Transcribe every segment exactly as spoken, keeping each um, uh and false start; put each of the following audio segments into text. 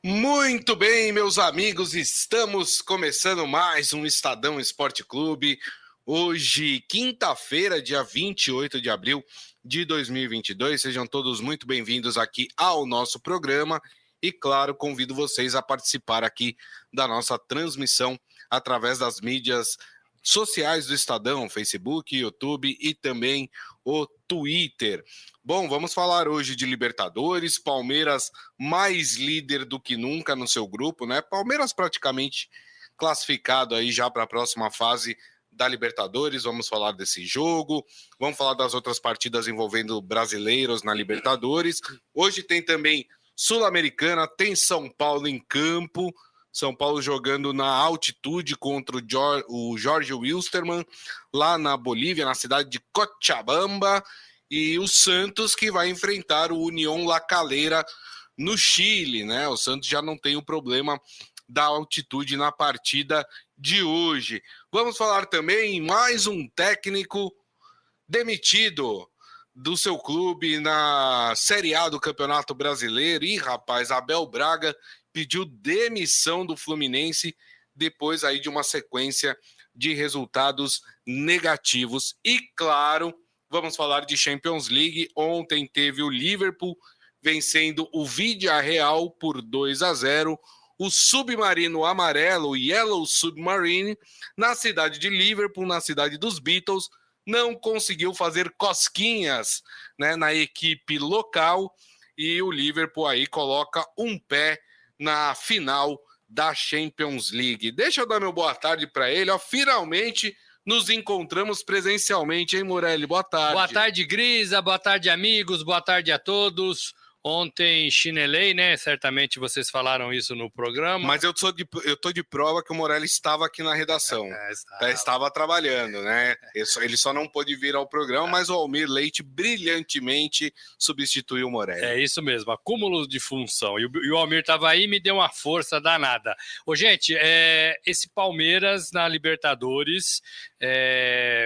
Muito bem, meus amigos, estamos começando mais um Estadão Esporte Clube. Hoje, quinta-feira, dia vinte e oito de abril de dois mil e vinte e dois. Sejam todos muito bem-vindos aqui ao nosso programa. E, claro, convido vocês a participar aqui da nossa transmissão através das mídias sociais do Estadão, Facebook, YouTube e também o Twitter. Bom, vamos falar hoje de Libertadores, Palmeiras mais líder do que nunca no seu grupo, né? Palmeiras praticamente classificado aí já para a próxima fase da Libertadores. Vamos falar desse jogo, vamos falar das outras partidas envolvendo brasileiros na Libertadores. Hoje tem também Sul-Americana, tem São Paulo em campo, São Paulo jogando na altitude contra o Jorge, o Jorge Wilstermann, lá na Bolívia, na cidade de Cochabamba, e o Santos que vai enfrentar o Unión La Calera no Chile, né? O Santos já não tem o problema da altitude na partida de hoje. Vamos falar também mais um técnico demitido do seu clube na Série A do Campeonato Brasileiro. Ih, rapaz, Abel Braga pediu demissão do Fluminense depois aí de uma sequência de resultados negativos. E, claro, vamos falar de Champions League. Ontem teve o Liverpool vencendo o Villarreal por dois a zero. O Submarino Amarelo, o Yellow Submarine, na cidade de Liverpool, na cidade dos Beatles, não conseguiu fazer cosquinhas, né, na equipe local. E o Liverpool aí coloca um pé na final da Champions League. Deixa eu dar meu boa tarde para ele. Ó, finalmente nos encontramos presencialmente, hein, Morelli? Boa tarde. Boa tarde, Grisa. Boa tarde, amigos. Boa tarde a todos. Ontem chinelei, né? Certamente vocês falaram isso no programa. Mas eu tô de, eu tô de prova que o Morelli estava aqui na redação. É, estava. estava trabalhando, né? Ele só não pôde vir ao programa, é. mas o Almir Leite brilhantemente substituiu o Morelli. É isso mesmo, acúmulo de função. E o, e o Almir estava aí e me deu uma força danada. Ô, gente, é, esse Palmeiras na Libertadores, é,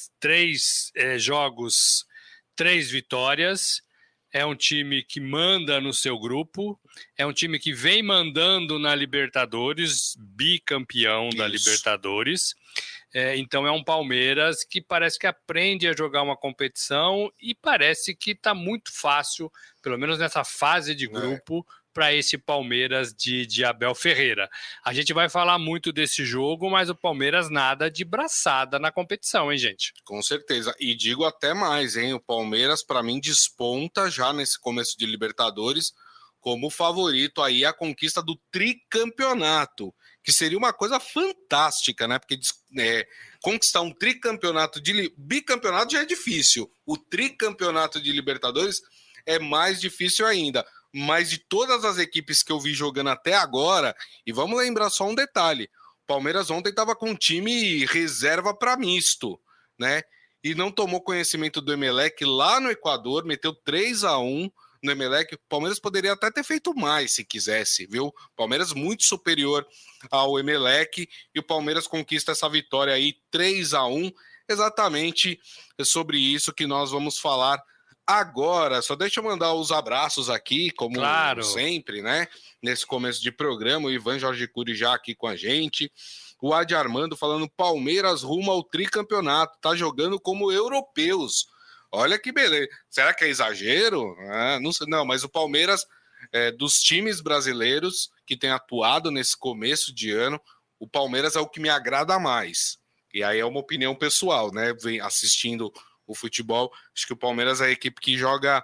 três é, jogos, três vitórias. É um time que manda no seu grupo, é um time que vem mandando na Libertadores, bicampeão Isso. da Libertadores. É, então é um Palmeiras que parece que aprende a jogar uma competição e parece que está muito fácil, pelo menos nessa fase de grupo, é. para esse Palmeiras de, de Abel Ferreira. A gente vai falar muito desse jogo, mas o Palmeiras nada de braçada na competição, hein, gente? Com certeza. E digo até mais, hein? O Palmeiras, para mim, desponta já nesse começo de Libertadores como favorito aí à conquista do tricampeonato, que seria uma coisa fantástica, né? Porque é, conquistar um tricampeonato de bicampeonato já é difícil. O tricampeonato de Libertadores é mais difícil ainda. Mas de todas as equipes que eu vi jogando até agora, e vamos lembrar só um detalhe, o Palmeiras ontem estava com um time reserva para misto, né? E não tomou conhecimento do Emelec lá no Equador, meteu três a um no Emelec. O Palmeiras poderia até ter feito mais se quisesse, viu? O Palmeiras muito superior ao Emelec e o Palmeiras conquista essa vitória aí três a um. Exatamente sobre isso que nós vamos falar agora. Só deixa eu mandar os abraços aqui, como claro. sempre, né? Nesse começo de programa, o Ivan Jorge Cury já aqui com a gente. O Adi Armando falando Palmeiras rumo ao tricampeonato, tá jogando como europeus. Olha que beleza. Será que é exagero? Ah, não sei, não, mas o Palmeiras, é, dos times brasileiros que tem atuado nesse começo de ano, o Palmeiras é o que me agrada mais. E aí é uma opinião pessoal, né? Vem assistindo o futebol, acho que o Palmeiras é a equipe que joga,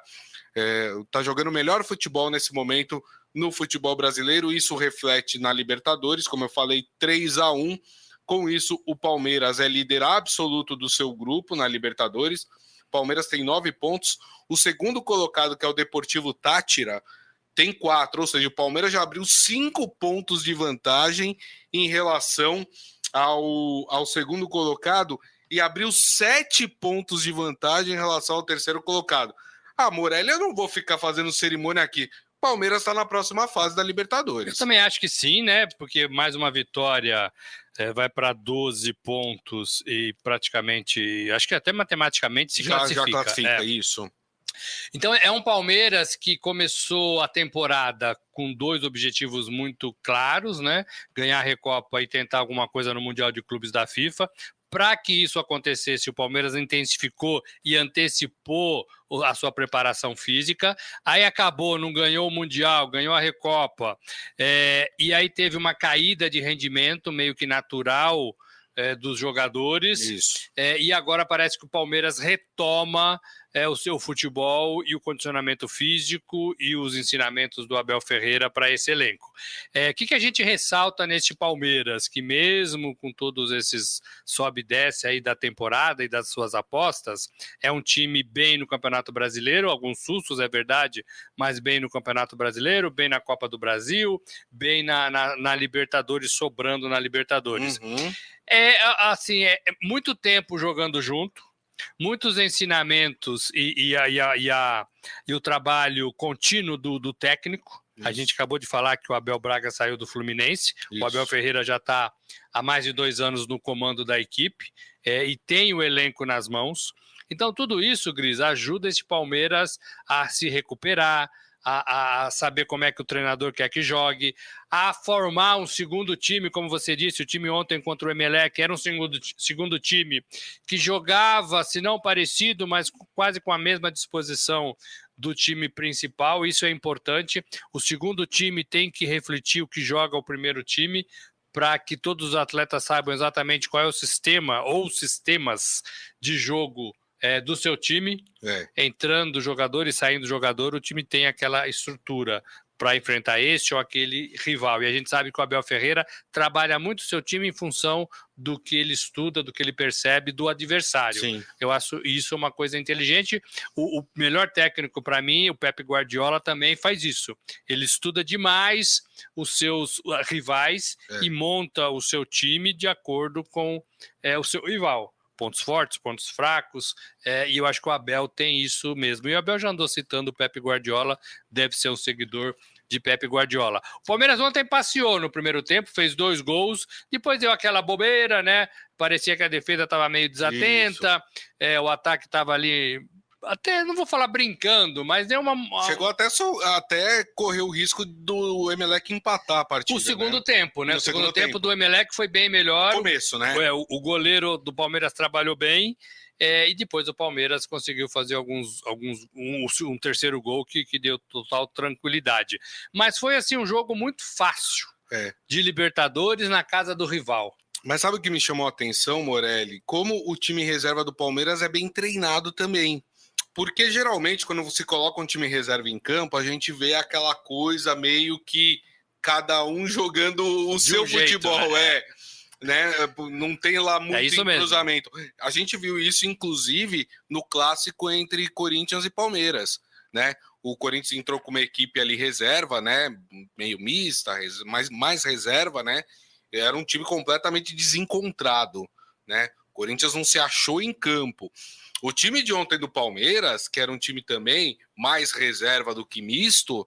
é, tá jogando o melhor futebol nesse momento no futebol brasileiro. Isso reflete na Libertadores, como eu falei, três a um. Com isso, o Palmeiras é líder absoluto do seu grupo na Libertadores. O Palmeiras tem nove pontos. O segundo colocado, que é o Deportivo Táchira, tem quatro, ou seja, o Palmeiras já abriu cinco pontos de vantagem em relação ao, ao segundo colocado e abriu sete pontos de vantagem em relação ao terceiro colocado. Ah, Morelli, eu não vou ficar fazendo cerimônia aqui. Palmeiras está na próxima fase da Libertadores. Eu também acho que sim, né? Porque mais uma vitória é, vai para doze pontos e praticamente, acho que até matematicamente se já, classifica. Já classifica, é. isso. Então é um Palmeiras que começou a temporada com dois objetivos muito claros, né? Ganhar a Recopa e tentar alguma coisa no Mundial de Clubes da FIFA. Para que isso acontecesse, o Palmeiras intensificou e antecipou a sua preparação física. Aí acabou, não ganhou o Mundial, ganhou a Recopa. É, e aí teve uma caída de rendimento meio que natural é, dos jogadores. Isso. É, e agora parece que o Palmeiras retoma é, o seu futebol e o condicionamento físico e os ensinamentos do Abel Ferreira para esse elenco. O é, que, que a gente ressalta neste Palmeiras, que mesmo com todos esses sobe e desce aí da temporada e das suas apostas, é um time bem no Campeonato Brasileiro, alguns sustos, é verdade, mas bem no Campeonato Brasileiro, bem na Copa do Brasil, bem na, na, na Libertadores, sobrando na Libertadores. Uhum. É assim, é muito tempo jogando junto, muitos ensinamentos e, e, a, e, a, e, a, e o trabalho contínuo do, do técnico. Isso. A gente acabou de falar que o Abel Braga saiu do Fluminense. Isso. O Abel Ferreira já está há mais de dois anos no comando da equipe é, e tem o elenco nas mãos. Então, tudo isso, Gris, ajuda esse Palmeiras a se recuperar, A, a saber como é que o treinador quer que jogue, a formar um segundo time, como você disse, o time ontem contra o Emelec era um segundo, segundo time que jogava, se não parecido, mas quase com a mesma disposição do time principal. Isso é importante. O segundo time tem que refletir o que joga o primeiro time, para que todos os atletas saibam exatamente qual é o sistema ou sistemas de jogo É, do seu time, é. entrando jogador e saindo jogador, o time tem aquela estrutura para enfrentar este ou aquele rival. E a gente sabe que o Abel Ferreira trabalha muito o seu time em função do que ele estuda, do que ele percebe do adversário. Sim. Eu acho isso uma coisa inteligente. O, o melhor técnico para mim, o Pep Guardiola, também faz isso. Ele estuda demais os seus rivais é. e monta o seu time de acordo com é, o seu rival. Pontos fortes, pontos fracos, é, e eu acho que o Abel tem isso mesmo. E o Abel já andou citando o Pep Guardiola, deve ser um seguidor de Pep Guardiola. O Palmeiras ontem passeou no primeiro tempo, fez dois gols, depois deu aquela bobeira, né? Parecia que a defesa estava meio desatenta, é, o ataque estava ali... Até, não vou falar brincando, mas deu uma... Chegou até, so, até correr o risco do Emelec empatar a partida. O segundo né? tempo, né? No o segundo, segundo tempo, tempo do Emelec foi bem melhor. No começo, né? É, o, o goleiro do Palmeiras trabalhou bem, é, e depois o Palmeiras conseguiu fazer alguns, alguns um, um terceiro gol que, que deu total tranquilidade. Mas foi, assim, um jogo muito fácil é. de Libertadores na casa do rival. Mas sabe o que me chamou a atenção, Morelli? Como o time reserva do Palmeiras é bem treinado também. Porque geralmente quando você coloca um time reserva em campo, a gente vê aquela coisa meio que cada um jogando o De seu um jeito, futebol, né? é, né? Não tem lá muito é isso cruzamento. Mesmo. A gente viu isso, inclusive, no clássico entre Corinthians e Palmeiras, né? O Corinthians entrou com uma equipe ali reserva, né? Meio mista, mais, mais reserva, né? Era um time completamente desencontrado, né? O Corinthians não se achou em campo. O time de ontem do Palmeiras, que era um time também mais reserva do que misto,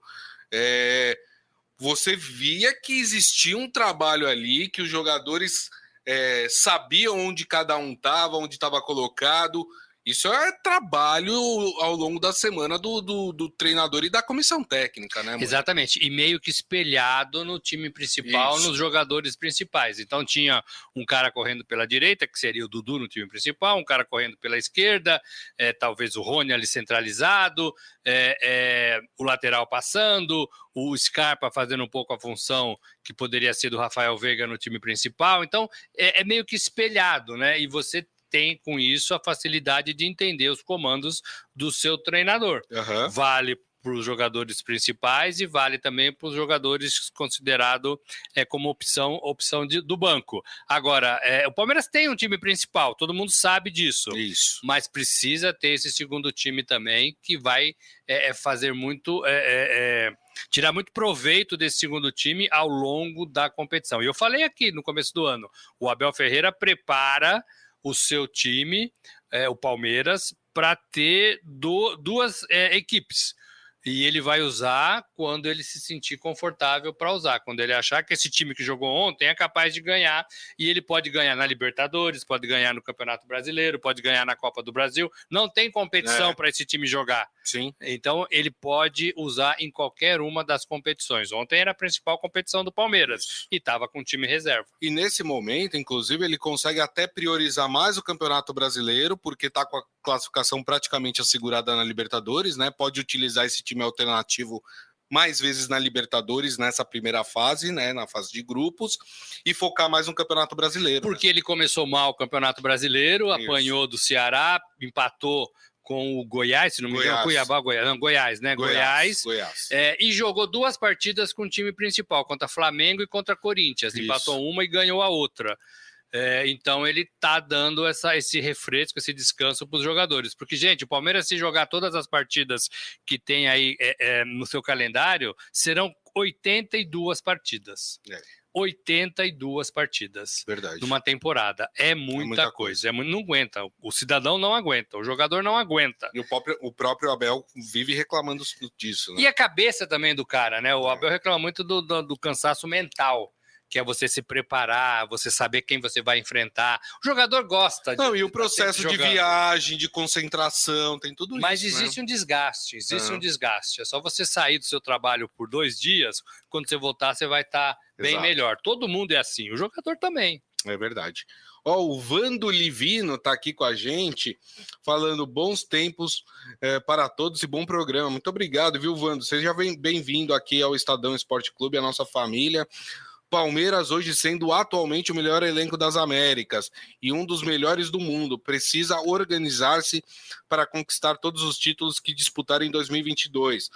é, você via que existia um trabalho ali, que os jogadores é, sabiam onde cada um estava, onde estava colocado. Isso é trabalho ao longo da semana do, do, do treinador e da comissão técnica, né, mano? Exatamente, e meio que espelhado no time principal, Isso. nos jogadores principais. Então tinha um cara correndo pela direita, que seria o Dudu no time principal, um cara correndo pela esquerda, é, talvez o Rony ali centralizado, é, é, o lateral passando, o Scarpa fazendo um pouco a função que poderia ser do Rafael Veiga no time principal. Então é, é meio que espelhado, né? E você tem com isso a facilidade de entender os comandos do seu treinador. Uhum. Vale para os jogadores principais e vale também para os jogadores considerados é, como opção, opção de, do banco. Agora, é, o Palmeiras tem um time principal, todo mundo sabe disso. Isso. Mas precisa ter esse segundo time também, que vai é, fazer muito... É, é, tirar muito proveito desse segundo time ao longo da competição. E eu falei aqui no começo do ano, o Abel Ferreira prepara o seu time, é, o Palmeiras, para ter do, duas é, equipes. E ele vai usar quando ele se sentir confortável para usar. Quando ele achar que esse time que jogou ontem é capaz de ganhar. E ele pode ganhar na Libertadores, pode ganhar no Campeonato Brasileiro, pode ganhar na Copa do Brasil. Não tem competição é. para esse time jogar. Sim. Então, ele pode usar em qualquer uma das competições. Ontem era a principal competição do Palmeiras Isso. e estava com time reserva. E nesse momento, inclusive, ele consegue até priorizar mais o Campeonato Brasileiro, porque está com a classificação praticamente assegurada na Libertadores, né? Pode utilizar esse time alternativo mais vezes na Libertadores, nessa primeira fase, né, na fase de grupos, e focar mais no Campeonato Brasileiro. Porque né? ele começou mal o Campeonato Brasileiro, Isso. apanhou do Ceará, empatou com o Goiás, se não me engano, Cuiabá, Goiás, não, Goiás, né? Goiás. Goiás. Goiás. É, e jogou duas partidas com o time principal, contra Flamengo e contra Corinthians. Isso. Empatou uma e ganhou a outra. É, então ele tá dando essa, esse refresco, esse descanso para os jogadores. Porque, gente, o Palmeiras, se jogar todas as partidas que tem aí é, é, no seu calendário, serão oitenta e duas partidas. É. oitenta e duas partidas Verdade. numa temporada. É muita, é muita coisa. coisa. É muito, não aguenta. O cidadão não aguenta. O jogador não aguenta. E o próprio, o próprio Abel vive reclamando disso. Né? E a cabeça também do cara, né? O é. Abel reclama muito do, do, do cansaço mental, que é você se preparar, você saber quem você vai enfrentar. O jogador gosta de... Não, e o processo de viagem, de concentração, tem tudo Mas isso, Mas existe né? um desgaste, existe ah. um desgaste. É só você sair do seu trabalho por dois dias, quando você voltar, você vai estar bem Exato. melhor. Todo mundo é assim, o jogador também. É verdade. Ó, o Vando Livino tá aqui com a gente, falando bons tempos é, para todos e bom programa. Muito obrigado, viu, Vando? Seja bem-vindo aqui ao Estadão Esporte Clube, a nossa família. Palmeiras hoje sendo atualmente o melhor elenco das Américas e um dos melhores do mundo, precisa organizar-se para conquistar todos os títulos que disputar em dois mil e vinte e dois.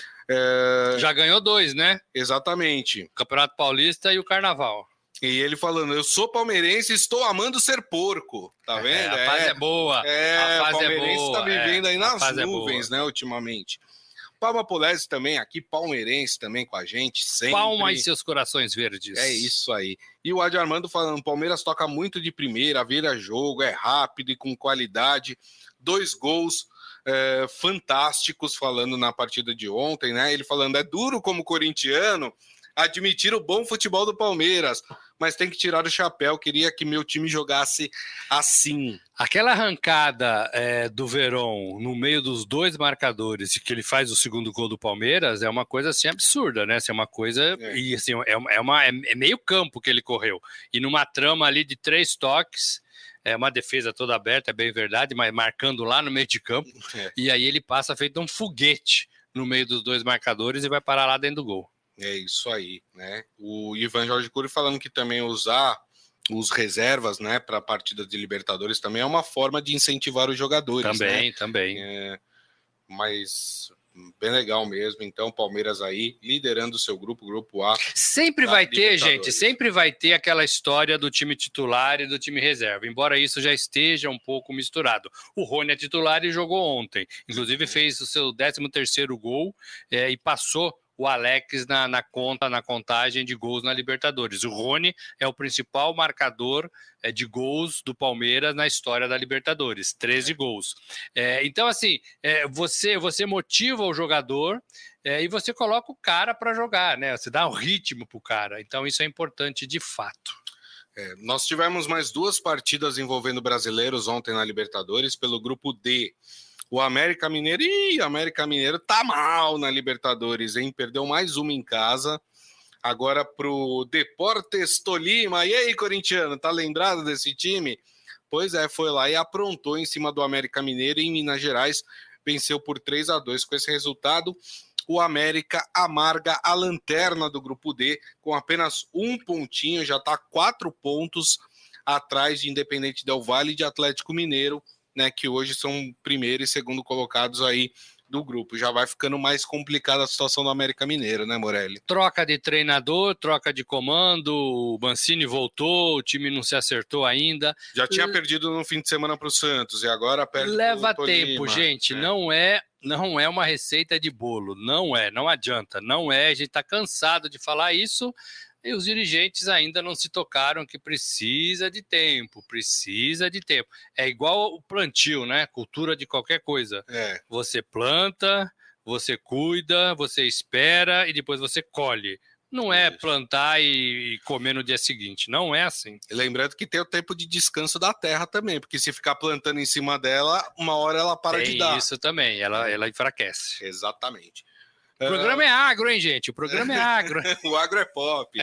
É... Já ganhou dois, né? Exatamente. O Campeonato Paulista e o Carnaval. E ele falando, eu sou palmeirense e estou amando ser porco, tá vendo? É, a fase é, é boa, é, a fase o palmeirense é boa. Tá vivendo é, aí nas nuvens, é né, ultimamente. Palma Polese também aqui, palmeirense também com a gente, sempre. Palma e seus corações verdes. É isso aí. E o Adi Armando falando, Palmeiras toca muito de primeira, vira jogo, é rápido e com qualidade. Dois gols é, fantásticos falando na partida de ontem, né? Ele falando, é duro como corintiano admitir o bom futebol do Palmeiras, mas tem que tirar o chapéu, queria que meu time jogasse assim. Aquela arrancada é, do Verón no meio dos dois marcadores, que ele faz o segundo gol do Palmeiras, é uma coisa assim absurda, né? Assim, é uma coisa, é. E, assim, é, é, uma, é meio campo que ele correu, e numa trama ali de três toques, é uma defesa toda aberta, é bem verdade, mas marcando lá no meio de campo, é. E aí ele passa feito um foguete no meio dos dois marcadores e vai parar lá dentro do gol. É isso aí, né? O Ivan Jorge Cury falando que também usar os reservas, né, para a partida de Libertadores também é uma forma de incentivar os jogadores. Também, né? também. É, mas bem legal mesmo. Então, Palmeiras aí liderando o seu grupo, grupo A. Sempre vai ter, gente, sempre vai ter aquela história do time titular e do time reserva, embora isso já esteja um pouco misturado. O Rony é titular e jogou ontem, inclusive fez o seu décimo terceiro gol é, e passou o Alex na, na conta, na contagem de gols na Libertadores. O Rony é o principal marcador é, de gols do Palmeiras na história da Libertadores, treze é. gols. É, então, assim, é, você, você motiva o jogador é, e você coloca o cara para jogar, né? Você dá um ritmo pro cara. Então, isso é importante de fato. É, nós tivemos mais duas partidas envolvendo brasileiros ontem na Libertadores pelo grupo D. O América Mineiro, ih, o América Mineiro tá mal na Libertadores, hein? Perdeu mais uma em casa. Agora pro Deportes Tolima. E aí, corintiano, tá lembrado desse time? Pois é, foi lá e aprontou em cima do América Mineiro em Minas Gerais. Venceu por três a dois. Com esse resultado, o América amarga a lanterna do grupo D com apenas um pontinho, já tá quatro pontos atrás de Independente Del Valle e de Atlético Mineiro, né, que hoje são primeiro e segundo colocados aí do grupo. Já vai ficando mais complicada a situação do América Mineiro, né, Morelli? Troca de treinador, troca de comando, o Mancini voltou, o time não se acertou ainda. Já tinha L... perdido no fim de semana para o Santos e agora perde Leva tempo, gente, é. não é não é uma receita de bolo, não é, não adianta, não é, a gente está cansado de falar isso. E os dirigentes ainda não se tocaram que precisa de tempo, precisa de tempo. É igual o plantio, né? Cultura de qualquer coisa. É. Você planta, você cuida, você espera e depois você colhe. não é plantar e comer no dia seguinte. Não é assim. Lembrando que tem o tempo de descanso da terra também, porque se ficar plantando em cima dela, uma hora ela para tem de dar. Isso também, ela, ela enfraquece. Exatamente. O programa é, é agro, hein, gente? O programa é agro. O agro é pop.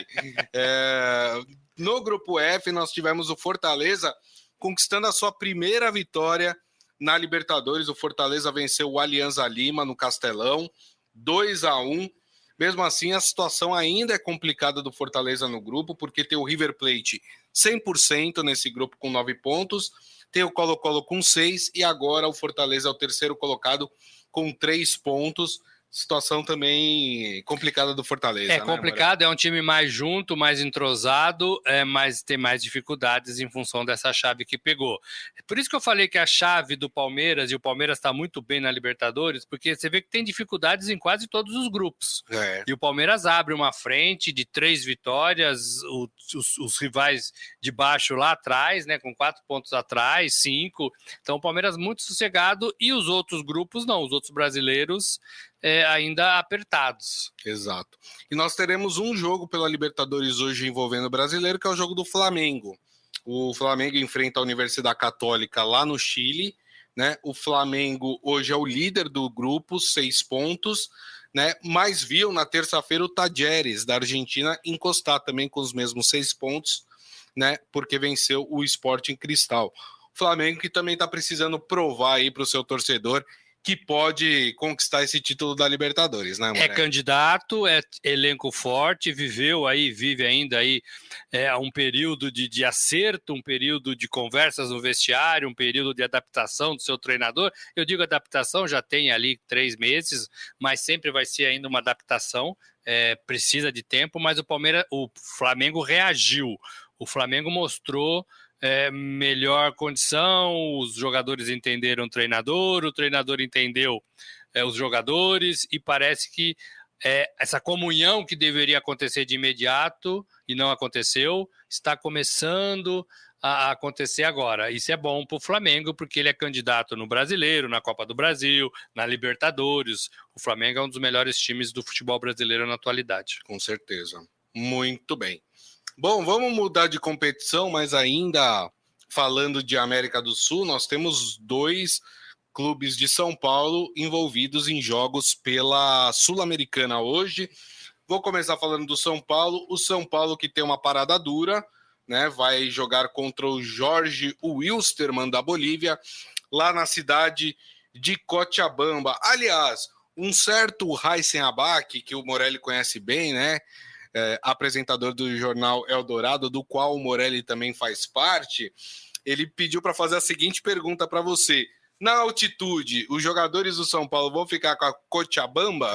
É... No grupo F, nós tivemos o Fortaleza conquistando a sua primeira vitória na Libertadores. O Fortaleza venceu o Alianza Lima no Castelão, dois a um. Mesmo assim, a situação ainda é complicada do Fortaleza no grupo, porque tem o River Plate cem por cento nesse grupo com nove pontos, tem o Colo-Colo com seis, e agora o Fortaleza é o terceiro colocado com três pontos. Situação também complicada do Fortaleza. É complicado, né, é um time mais junto, mais entrosado, é, mas tem mais dificuldades em função dessa chave que pegou. Por isso que eu falei que a chave do Palmeiras, e o Palmeiras está muito bem na Libertadores, porque você vê que tem dificuldades em quase todos os grupos. É. E o Palmeiras abre uma frente de três vitórias, o, os, os rivais de baixo lá atrás, né, com quatro pontos atrás, cinco. Então o Palmeiras muito sossegado, e os outros grupos não, os outros brasileiros É, ainda apertados. Exato. E nós teremos um jogo pela Libertadores hoje envolvendo o brasileiro, que é o jogo do Flamengo. O Flamengo enfrenta a Universidade Católica lá no Chile, né? O Flamengo hoje é o líder do grupo, seis pontos, né? Mas viu na terça-feira o Tajeres, da Argentina, encostar também com os mesmos seis pontos, né? Porque venceu o Sporting Cristal. O Flamengo que também está precisando provar aí para o seu torcedor que pode conquistar esse título da Libertadores, né, Moré? É candidato, é elenco forte, viveu aí, vive ainda aí é, um período de, de acerto, um período de conversas no vestiário, um período de adaptação do seu treinador. Eu digo adaptação, já tem ali três meses, mas sempre vai ser ainda uma adaptação, é, precisa de tempo, mas o Palmeiras, o Flamengo reagiu, o Flamengo mostrou É, melhor condição, os jogadores entenderam o treinador, o treinador entendeu é, os jogadores, e parece que é, essa comunhão que deveria acontecer de imediato e não aconteceu, está começando a acontecer agora. Isso é bom para o Flamengo, porque ele é candidato no Brasileiro, na Copa do Brasil, na Libertadores. O Flamengo é um dos melhores times do futebol brasileiro na atualidade. Com certeza. Muito bem. Bom, vamos mudar de competição, mas ainda falando de América do Sul, nós temos dois clubes de São Paulo envolvidos em jogos pela Sul-Americana hoje. Vou começar falando do São Paulo. O São Paulo que tem uma parada dura, né? Vai jogar contra o Jorge Wilstermann da Bolívia, lá na cidade de Cochabamba. Aliás, um certo Raíssen Abac, que o Morelli conhece bem, né? É, apresentador do jornal Eldorado, do qual o Morelli também faz parte, ele pediu para fazer a seguinte pergunta para você: na altitude, os jogadores do São Paulo vão ficar com a Cochabamba?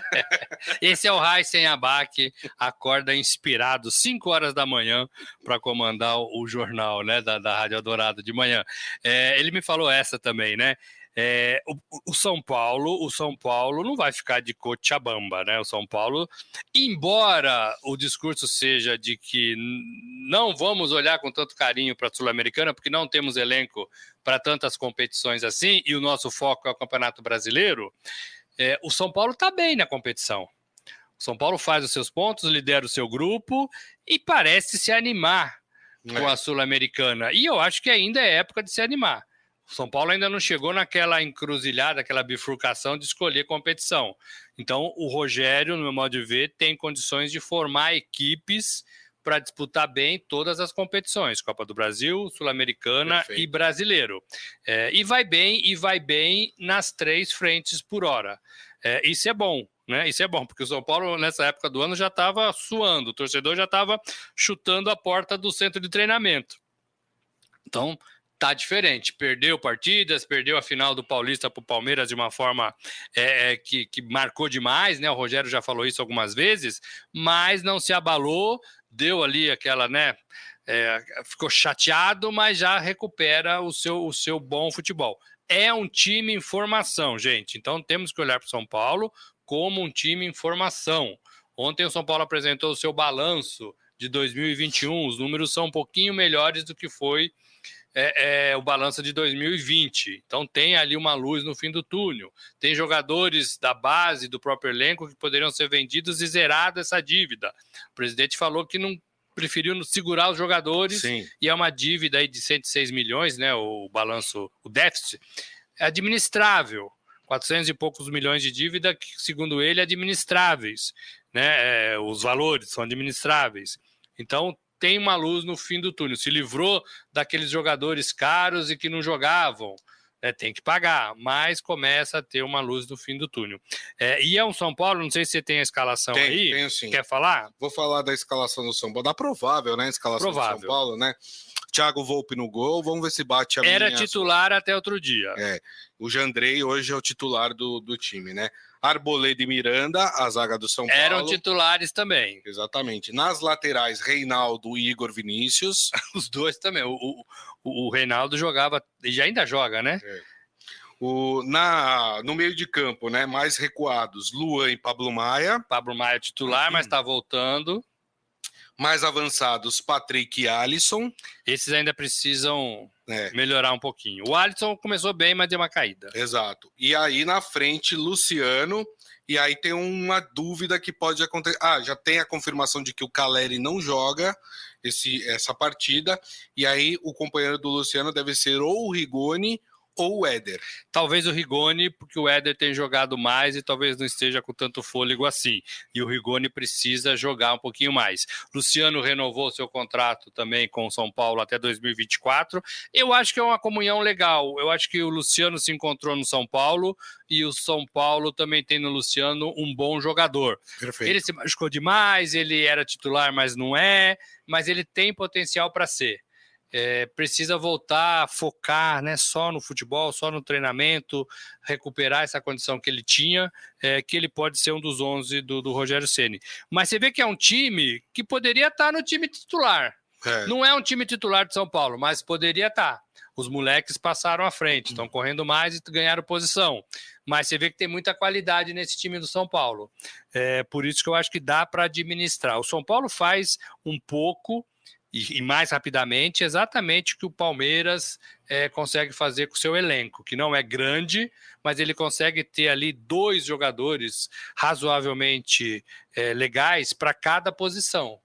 Esse é o Raíssen Abac, acorda inspirado cinco horas da manhã para comandar o, o jornal, né, da, da Rádio Eldorado de manhã. É, ele me falou essa também, né? É, o, o São Paulo, o São Paulo não vai ficar de Cochabamba, né? O São Paulo, embora o discurso seja de que não vamos olhar com tanto carinho para a Sul-Americana, porque não temos elenco para tantas competições assim, e o nosso foco é o Campeonato Brasileiro, é, o São Paulo está bem na competição. O São Paulo faz os seus pontos, lidera o seu grupo e parece se animar é. com a Sul-Americana. E eu acho que ainda é época de se animar. O São Paulo ainda não chegou naquela encruzilhada, aquela bifurcação de escolher competição. Então, o Rogério, no meu modo de ver, tem condições de formar equipes para disputar bem todas as competições, Copa do Brasil, Sul-Americana Perfeito. E Brasileiro. É, e vai bem, e vai bem nas três frentes por hora. É, isso é bom, né? Isso é bom, porque o São Paulo, nessa época do ano, já estava suando, o torcedor já estava chutando a porta do centro de treinamento. Então, tá diferente, perdeu partidas, perdeu a final do Paulista para o Palmeiras de uma forma é, que, que marcou demais, né? O Rogério já falou isso algumas vezes, mas não se abalou, deu ali aquela, né? É, ficou chateado, mas já recupera o seu, o seu bom futebol. É um time em formação, gente, então temos que olhar para o São Paulo como um time em formação. Ontem o São Paulo apresentou o seu balanço de dois mil e vinte e um, os números são um pouquinho melhores do que foi é, é o balanço de dois mil e vinte. Então tem ali uma luz no fim do túnel. Tem jogadores da base, do próprio elenco, que poderiam ser vendidos e zerado essa dívida. O presidente falou que não preferiu segurar os jogadores. Sim. E é uma dívida aí de cento e seis milhões, né? O balanço, o déficit, é administrável. quatrocentos e poucos milhões de dívida que, segundo ele, administráveis, né? É, os valores são administráveis. Então, tem uma luz no fim do túnel. Se livrou daqueles jogadores caros e que não jogavam, é, tem que pagar, mas começa a ter uma luz no fim do túnel. É, e é um São Paulo, não sei se você tem a escalação tem, aí. Tenho sim. Quer falar? Vou falar da escalação do São Paulo, da provável, né? Escalação provável. do São Paulo, né? Thiago Volpe no gol, vamos ver se bate a Era minha... titular até outro dia. É, o Jandrei hoje é o titular do, do time, né? Arboleda e Miranda, a zaga do São Paulo. Eram titulares também. Exatamente. Nas laterais, Reinaldo e Igor Vinícius. Os dois também. O, o, o Reinaldo jogava, e ainda joga, né? É. O, na, no meio de campo, né? Mais recuados, Luan e Pablo Maia. Pablo Maia titular, mas está voltando. Mais avançados, Patrick e Alisson. Esses ainda precisam é. melhorar um pouquinho. O Alisson começou bem, mas deu uma caída. Exato. E aí na frente, Luciano. E aí tem uma dúvida que pode acontecer. Ah, já tem a confirmação de que o Caleri não joga esse, essa partida. E aí o companheiro do Luciano deve ser ou o Rigoni ou o Éder. Talvez o Rigoni, porque o Éder tem jogado mais e talvez não esteja com tanto fôlego assim. E o Rigoni precisa jogar um pouquinho mais. Luciano renovou seu contrato também com o São Paulo até dois mil e vinte e quatro. Eu acho que é uma comunhão legal. Eu acho que o Luciano se encontrou no São Paulo e o São Paulo também tem no Luciano um bom jogador. Perfeito. Ele se machucou demais, ele era titular, mas não é. Mas ele tem potencial para ser. É, precisa voltar a focar, né, só no futebol, só no treinamento, recuperar essa condição que ele tinha, é, que ele pode ser um dos onze do, do Rogério Ceni. Mas você vê que é um time que poderia estar no time titular. É. Não é um time titular de São Paulo, mas poderia estar. Os moleques passaram à frente, estão correndo mais e ganharam posição. Mas você vê que tem muita qualidade nesse time do São Paulo. É, por isso que eu acho que dá para administrar. O São Paulo faz um pouco... E mais rapidamente, exatamente o que o Palmeiras é, consegue fazer com o seu elenco, que não é grande, mas ele consegue ter ali dois jogadores razoavelmente é, legais para cada posição.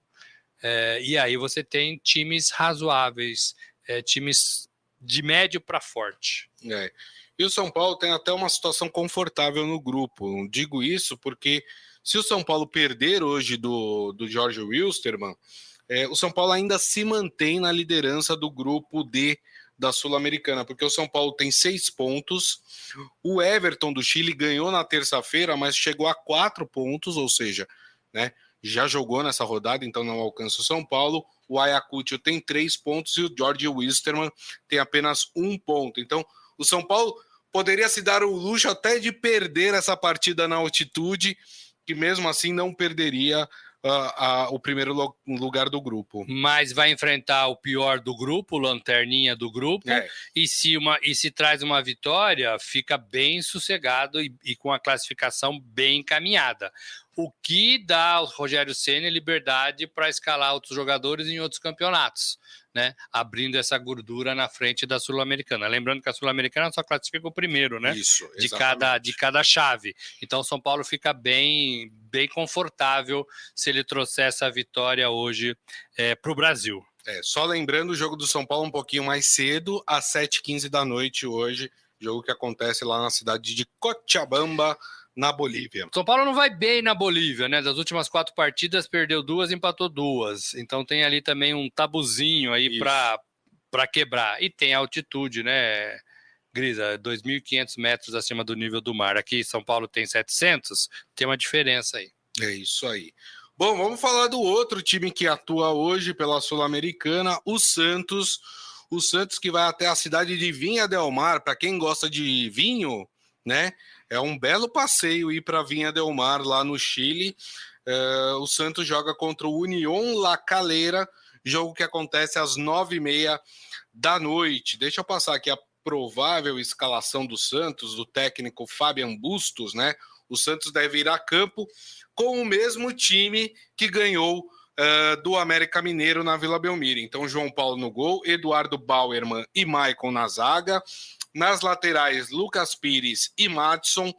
É, e aí você tem times razoáveis, é, times de médio para forte. É. E o São Paulo tem até uma situação confortável no grupo. Digo isso porque se o São Paulo perder hoje do, do Jorge Wilstermann, É, o São Paulo ainda se mantém na liderança do grupo D da Sul-Americana, porque o São Paulo tem seis pontos, o Everton do Chile ganhou na terça-feira, mas chegou a quatro pontos, ou seja, né, já jogou nessa rodada, então não alcança o São Paulo. O Ayacucho tem três pontos e o Jorge Wilstermann tem apenas um ponto. Então, o São Paulo poderia se dar o luxo até de perder essa partida na altitude, que mesmo assim não perderia Uh, uh, o primeiro lo- lugar do grupo. Mas vai enfrentar o pior do grupo, o lanterninha do grupo, é. e, se uma, e se traz uma vitória, fica bem sossegado e, e com a classificação bem encaminhada. O que dá ao Rogério Ceni liberdade para escalar outros jogadores em outros campeonatos, né? Abrindo essa gordura na frente da Sul-Americana. Lembrando que a Sul-Americana só classifica o primeiro, né? Isso, de cada, de cada chave. Então o São Paulo fica bem, bem confortável se ele trouxer essa vitória hoje é, para o Brasil. É, só lembrando o jogo do São Paulo um pouquinho mais cedo, às sete e quinze da noite hoje, jogo que acontece lá na cidade de Cochabamba, na Bolívia. São Paulo não vai bem na Bolívia, né? Das últimas quatro partidas, perdeu duas, empatou duas. Então tem ali também um tabuzinho aí para quebrar. E tem altitude, né, Grisa? dois mil e quinhentos metros acima do nível do mar. Aqui São Paulo tem setecentos, tem uma diferença aí. É isso aí. Bom, vamos falar do outro time que atua hoje pela Sul-Americana, o Santos. O Santos que vai até a cidade de Vinha del Mar. Para quem gosta de vinho, né? É um belo passeio ir para Vinha del Mar, lá no Chile. É, o Santos joga contra o Unión La Calera, jogo que acontece às nove e meia da noite. Deixa eu passar aqui a provável escalação do Santos, do técnico Fabian Bustos, né? O Santos deve ir a campo com o mesmo time que ganhou uh, do América Mineiro na Vila Belmiro. Então, João Paulo no gol, Eduardo Bauerman e Maicon na zaga. Nas laterais, Lucas Pires e Madison.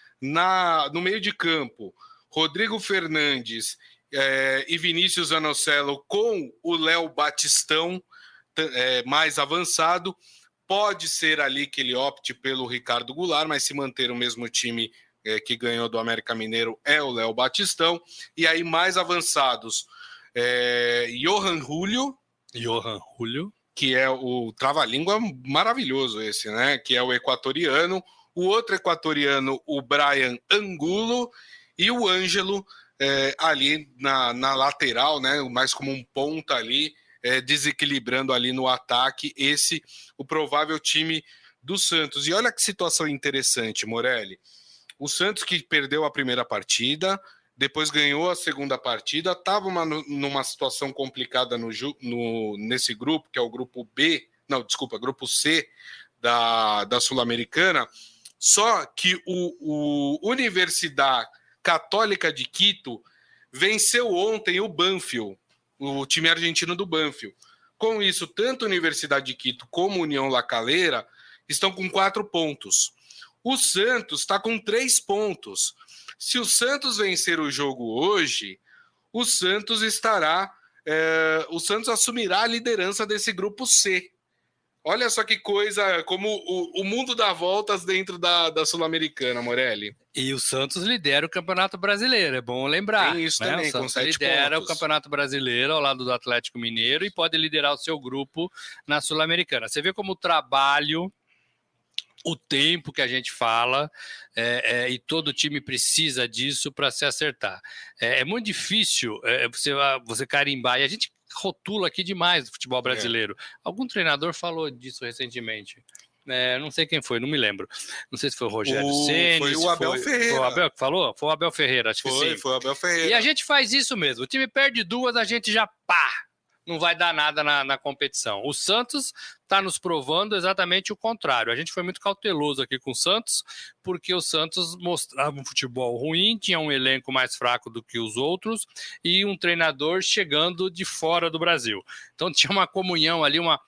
Na, no meio de campo, Rodrigo Fernandes eh, e Vinícius Anocelo com o Léo Batistão eh, mais avançado. Pode ser ali que ele opte pelo Ricardo Goulart, mas se manter o mesmo time eh, que ganhou do América Mineiro é o Léo Batistão. E aí mais avançados, eh, Johan Julio. Johan Julio. Que é o trava-língua maravilhoso esse, né? Que é o equatoriano. O outro equatoriano, o Brian Angulo, e o Ângelo é, ali na, na lateral, né, mais como um ponta ali, é, desequilibrando ali no ataque, esse, o provável time do Santos. E olha que situação interessante, Morelli. O Santos que perdeu a primeira partida, depois ganhou a segunda partida, estava numa situação complicada no, no, nesse grupo, que é o grupo B, não, desculpa, grupo C da, da Sul-Americana. Só que o, o Universidade Católica de Quito venceu ontem o Banfield, o time argentino do Banfield. Com isso, tanto a Universidade de Quito como a União La Calera estão com quatro pontos. O Santos está com três pontos. Se o Santos vencer o jogo hoje, o Santos estará, é, o Santos assumirá a liderança desse grupo C. Olha só que coisa, como o, o mundo dá voltas dentro da, da Sul-Americana, Morelli. E o Santos lidera o Campeonato Brasileiro, é bom lembrar. Tem isso né? também, o Santos com sete lidera pontos. o Campeonato Brasileiro ao lado do Atlético Mineiro e pode liderar o seu grupo na Sul-Americana. Você vê como o trabalho, o tempo que a gente fala, é, é, e todo time precisa disso para se acertar. É, é muito difícil é, você, você carimbar, e a gente rotula aqui demais do futebol brasileiro. É. Algum treinador falou disso recentemente. É, não sei quem foi, não me lembro. Não sei se foi o Rogério o, Ceni. Foi o Abel foi, Ferreira. Foi o Abel que falou? Foi o Abel Ferreira, acho foi, que sim. Foi o Abel Ferreira. E a gente faz isso mesmo. O time perde duas, a gente já pá! Não vai dar nada na, na competição. O Santos está nos provando exatamente o contrário. A gente foi muito cauteloso aqui com o Santos, porque o Santos mostrava um futebol ruim, tinha um elenco mais fraco do que os outros e um treinador chegando de fora do Brasil. Então tinha uma comunhão ali, uma,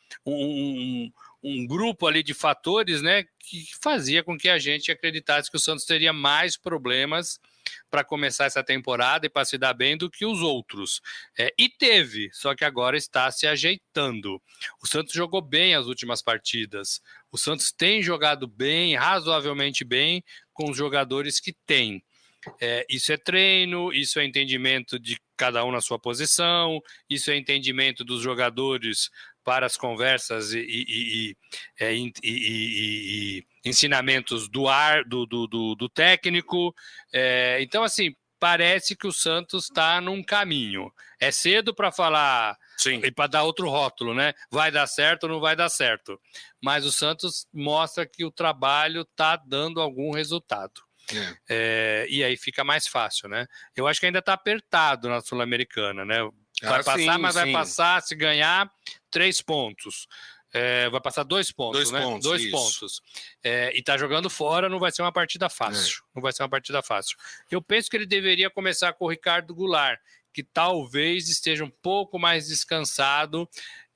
um, um grupo ali de fatores, né, que fazia com que a gente acreditasse que o Santos teria mais problemas para começar essa temporada e para se dar bem do que os outros. É, e teve, só que agora está se ajeitando. O Santos jogou bem as últimas partidas. O Santos tem jogado bem, razoavelmente bem, com os jogadores que tem. É, isso é treino, isso é entendimento de cada um na sua posição, isso é entendimento dos jogadores para as conversas e, e, e, e, e, e ensinamentos do, ar, do, do, do, do técnico. É, então, assim, parece que o Santos está num caminho. É cedo para falar Sim. e para dar outro rótulo, né? Vai dar certo ou não vai dar certo. Mas o Santos mostra que o trabalho está dando algum resultado. É. É, e aí fica mais fácil, né? Eu acho que ainda está apertado na Sul-Americana, né? Vai ah, passar, sim, mas sim. vai passar, se ganhar, três pontos. É, vai passar dois pontos, dois né? Pontos, dois isso. pontos. É, e tá jogando fora, não vai ser uma partida fácil. É. Não vai ser uma partida fácil. Eu penso que ele deveria começar com o Ricardo Goulart, que talvez esteja um pouco mais descansado.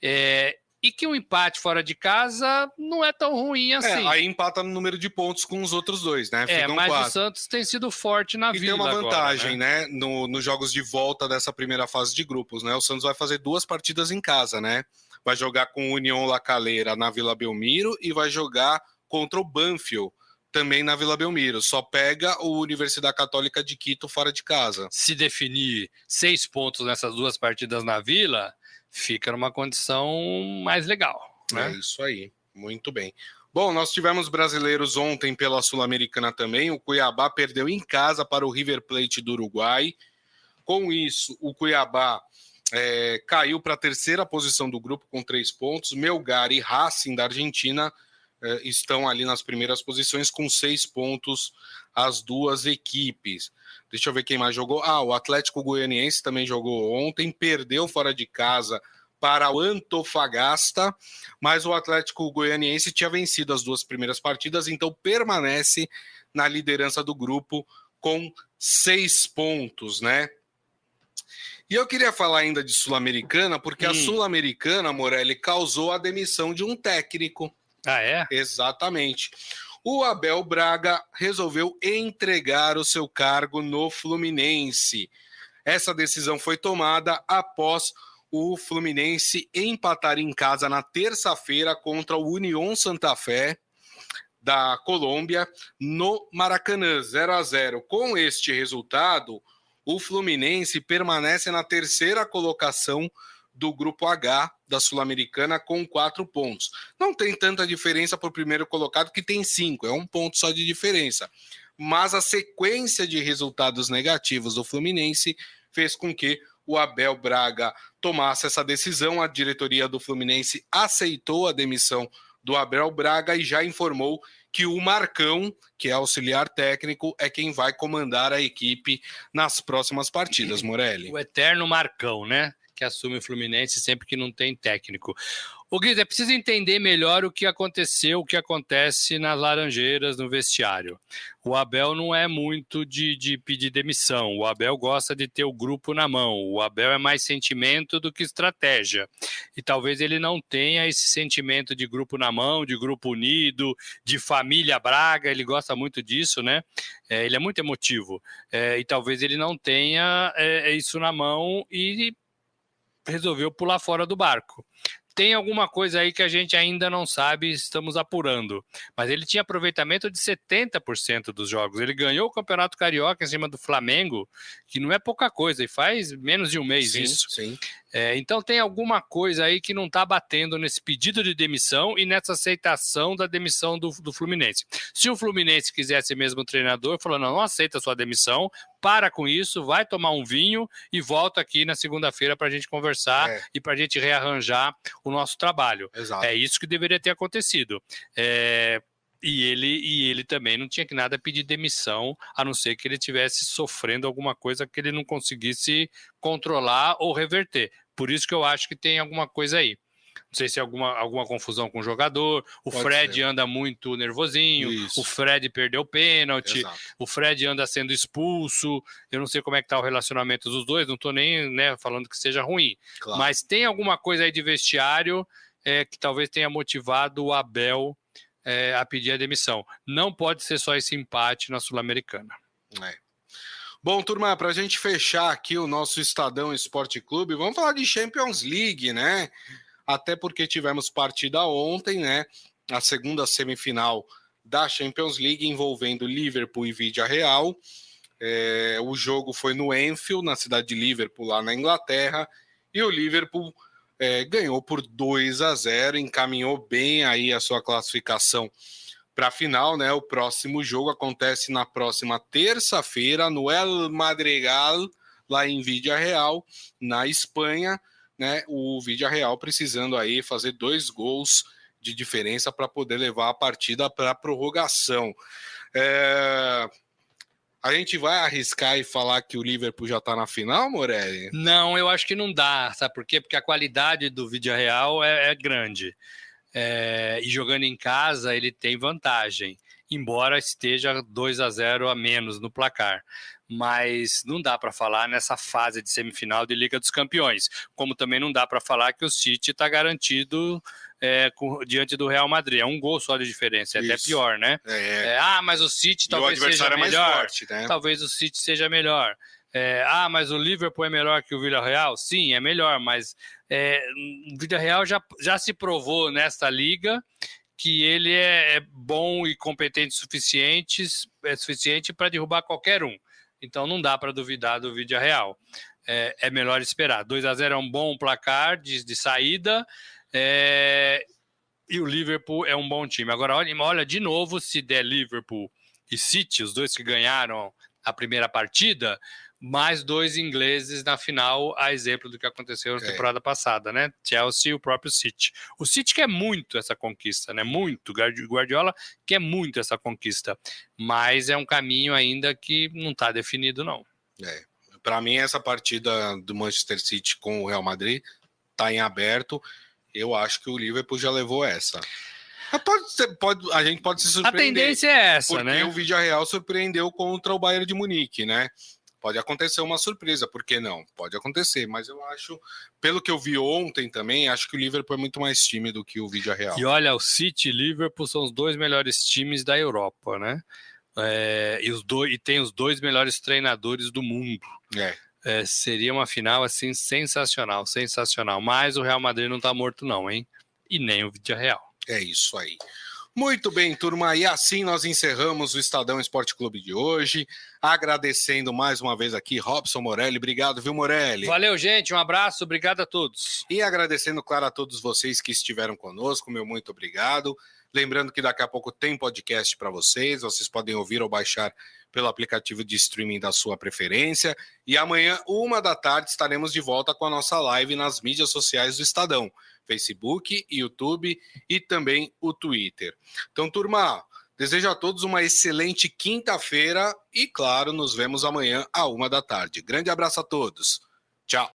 É, e que um empate fora de casa não é tão ruim assim. É, aí empata no número de pontos com os outros dois, né? Ficam é, mas quatro. O Santos tem sido forte na e Vila. E tem uma vantagem, agora, né? né? No, nos jogos de volta dessa primeira fase de grupos, né? O Santos vai fazer duas partidas em casa, né? Vai jogar com o União La Calera na Vila Belmiro e vai jogar contra o Banfield, também na Vila Belmiro. Só pega o Universidade Católica de Quito fora de casa. Se definir seis pontos nessas duas partidas na Vila, fica numa condição mais legal, né? É isso aí, muito bem. Bom, nós tivemos brasileiros ontem pela Sul-Americana também. O Cuiabá perdeu em casa para o River Plate do Uruguai. Com isso, o Cuiabá é, caiu para a terceira posição do grupo com três pontos. Melgar e Racing da Argentina é, estão ali nas primeiras posições com seis pontos as duas equipes. Deixa eu ver quem mais jogou. Ah, o Atlético Goianiense também jogou ontem, perdeu fora de casa para o Antofagasta, mas o Atlético Goianiense tinha vencido as duas primeiras partidas, então permanece na liderança do grupo com seis pontos, né? E eu queria falar ainda de Sul-Americana, porque hum. a Sul-Americana, Morelli, causou a demissão de um técnico. Ah, é? Exatamente. O Abel Braga resolveu entregar o seu cargo no Fluminense. Essa decisão foi tomada após o Fluminense empatar em casa na terça-feira contra o Unión Santa Fé da Colômbia no Maracanã, zero a zero. Com este resultado, o Fluminense permanece na terceira colocação do Grupo H da Sul-Americana com quatro pontos. Não tem tanta diferença para o primeiro colocado, que tem cinco, é um ponto só de diferença. Mas a sequência de resultados negativos do Fluminense fez com que o Abel Braga tomasse essa decisão. A diretoria do Fluminense aceitou a demissão do Abel Braga e já informou que o Marcão, que é auxiliar técnico, é quem vai comandar a equipe nas próximas partidas, Morelli. O eterno Marcão, né? Que assume o Fluminense sempre que não tem técnico. O Gris, é preciso entender melhor o que aconteceu, o que acontece nas Laranjeiras, no vestiário. O Abel não é muito de, de pedir demissão, o Abel gosta de ter o grupo na mão, o Abel é mais sentimento do que estratégia. E talvez ele não tenha esse sentimento de grupo na mão, de grupo unido, de família Braga, ele gosta muito disso, né? É, ele é muito emotivo. É, e talvez ele não tenha é, isso na mão e resolveu pular fora do barco. Tem alguma coisa aí que a gente ainda não sabe, estamos apurando. Mas ele tinha aproveitamento de setenta por cento dos jogos. Ele ganhou o Campeonato Carioca em cima do Flamengo, que não é pouca coisa, e faz menos de um mês sim, isso. Sim. É, então tem alguma coisa aí que não está batendo nesse pedido de demissão e nessa aceitação da demissão do, do Fluminense. Se o Fluminense quisesse mesmo o treinador, falou, não, não aceita a sua demissão, para com isso, vai tomar um vinho e volta aqui na segunda-feira para a gente conversar é. e para a gente rearranjar o nosso trabalho. Exato. É isso que deveria ter acontecido. É... E ele, e ele também não tinha que nada pedir demissão, a não ser que ele estivesse sofrendo alguma coisa que ele não conseguisse controlar ou reverter. Por isso que eu acho que tem alguma coisa aí. Não sei se é alguma, alguma confusão com o jogador, o Pode Fred ser. anda muito nervosinho, Isso. o Fred perdeu o pênalti, Exato. o Fred anda sendo expulso, eu não sei como é que está o relacionamento dos dois, não estou nem né, falando que seja ruim. Claro. Mas tem alguma coisa aí de vestiário é, que talvez tenha motivado o Abel É, a pedir a demissão. Não pode ser só esse empate na Sul-Americana. É. Bom, turma, para a gente fechar aqui o nosso Estadão Esporte Clube, vamos falar de Champions League, né? Até porque tivemos partida ontem, né? A segunda semifinal da Champions League envolvendo Liverpool e Villarreal. É, o jogo foi no Anfield, na cidade de Liverpool, lá na Inglaterra, e o Liverpool É, ganhou por dois a zero, encaminhou bem aí a sua classificação para a final, né? O próximo jogo acontece na próxima terça-feira no El Madrigal, lá em Villarreal, na Espanha, né? O Villarreal precisando aí fazer dois gols de diferença para poder levar a partida para a prorrogação. É... A gente vai arriscar e falar que o Liverpool já está na final, Morelli? Não, eu acho que não dá, sabe por quê? Porque a qualidade do Villarreal é, é grande. É, e jogando em casa, ele tem vantagem, embora esteja dois a zero a menos no placar. Mas não dá para falar nessa fase de semifinal de Liga dos Campeões. Como também não dá para falar que o City está garantido é, com, diante do Real Madrid. É um gol só de diferença, é Isso. até pior, né? É. É, ah, mas o City talvez o seja melhor. É mais forte, né? Talvez o City seja melhor. É, ah, mas o Liverpool é melhor que o Villarreal? Sim, é melhor, mas é, o Villarreal já, já se provou nesta liga que ele é, é bom e competente suficiente, é suficiente para derrubar qualquer um. Então não dá para duvidar do Villarreal. É, é melhor esperar. dois a zero é um bom placar de, de saída é, e o Liverpool é um bom time. Agora olha, olha de novo, se der Liverpool e City, os dois que ganharam a primeira partida, mais dois ingleses na final, a exemplo do que aconteceu na okay. temporada passada, né? Chelsea e o próprio City. O City quer muito essa conquista, né? Muito. Guardiola quer muito essa conquista, mas é um caminho ainda que não está definido, não. É. Para mim, essa partida do Manchester City com o Real Madrid está em aberto. Eu acho que o Liverpool já levou essa. Pode ser, pode, a gente pode se surpreender. A tendência é essa, porque né? Porque o Villarreal surpreendeu contra o Bayern de Munique, né? pode acontecer uma surpresa, por que não? Pode acontecer, mas eu acho, pelo que eu vi ontem também, acho que o Liverpool é muito mais time do que o Villarreal. E olha, o City e Liverpool são os dois melhores times da Europa, né? É, e, os dois, e tem os dois melhores treinadores do mundo. É. É, seria uma final assim sensacional, sensacional. Mas o Real Madrid não tá morto não, hein? E nem o Villarreal. É isso aí. Muito bem, turma, e assim nós encerramos o Estadão Esporte Clube de hoje, agradecendo mais uma vez aqui Robson Morelli, obrigado, viu, Morelli? Valeu, gente, um abraço, obrigado a todos. E agradecendo, claro, a todos vocês que estiveram conosco, meu muito obrigado. Lembrando que daqui a pouco tem podcast para vocês, vocês podem ouvir ou baixar pelo aplicativo de streaming da sua preferência. E amanhã, uma da tarde, estaremos de volta com a nossa live nas mídias sociais do Estadão. Facebook, YouTube e também o Twitter. Então, turma, desejo a todos uma excelente quinta-feira e, claro, nos vemos amanhã à uma da tarde. Grande abraço a todos. Tchau.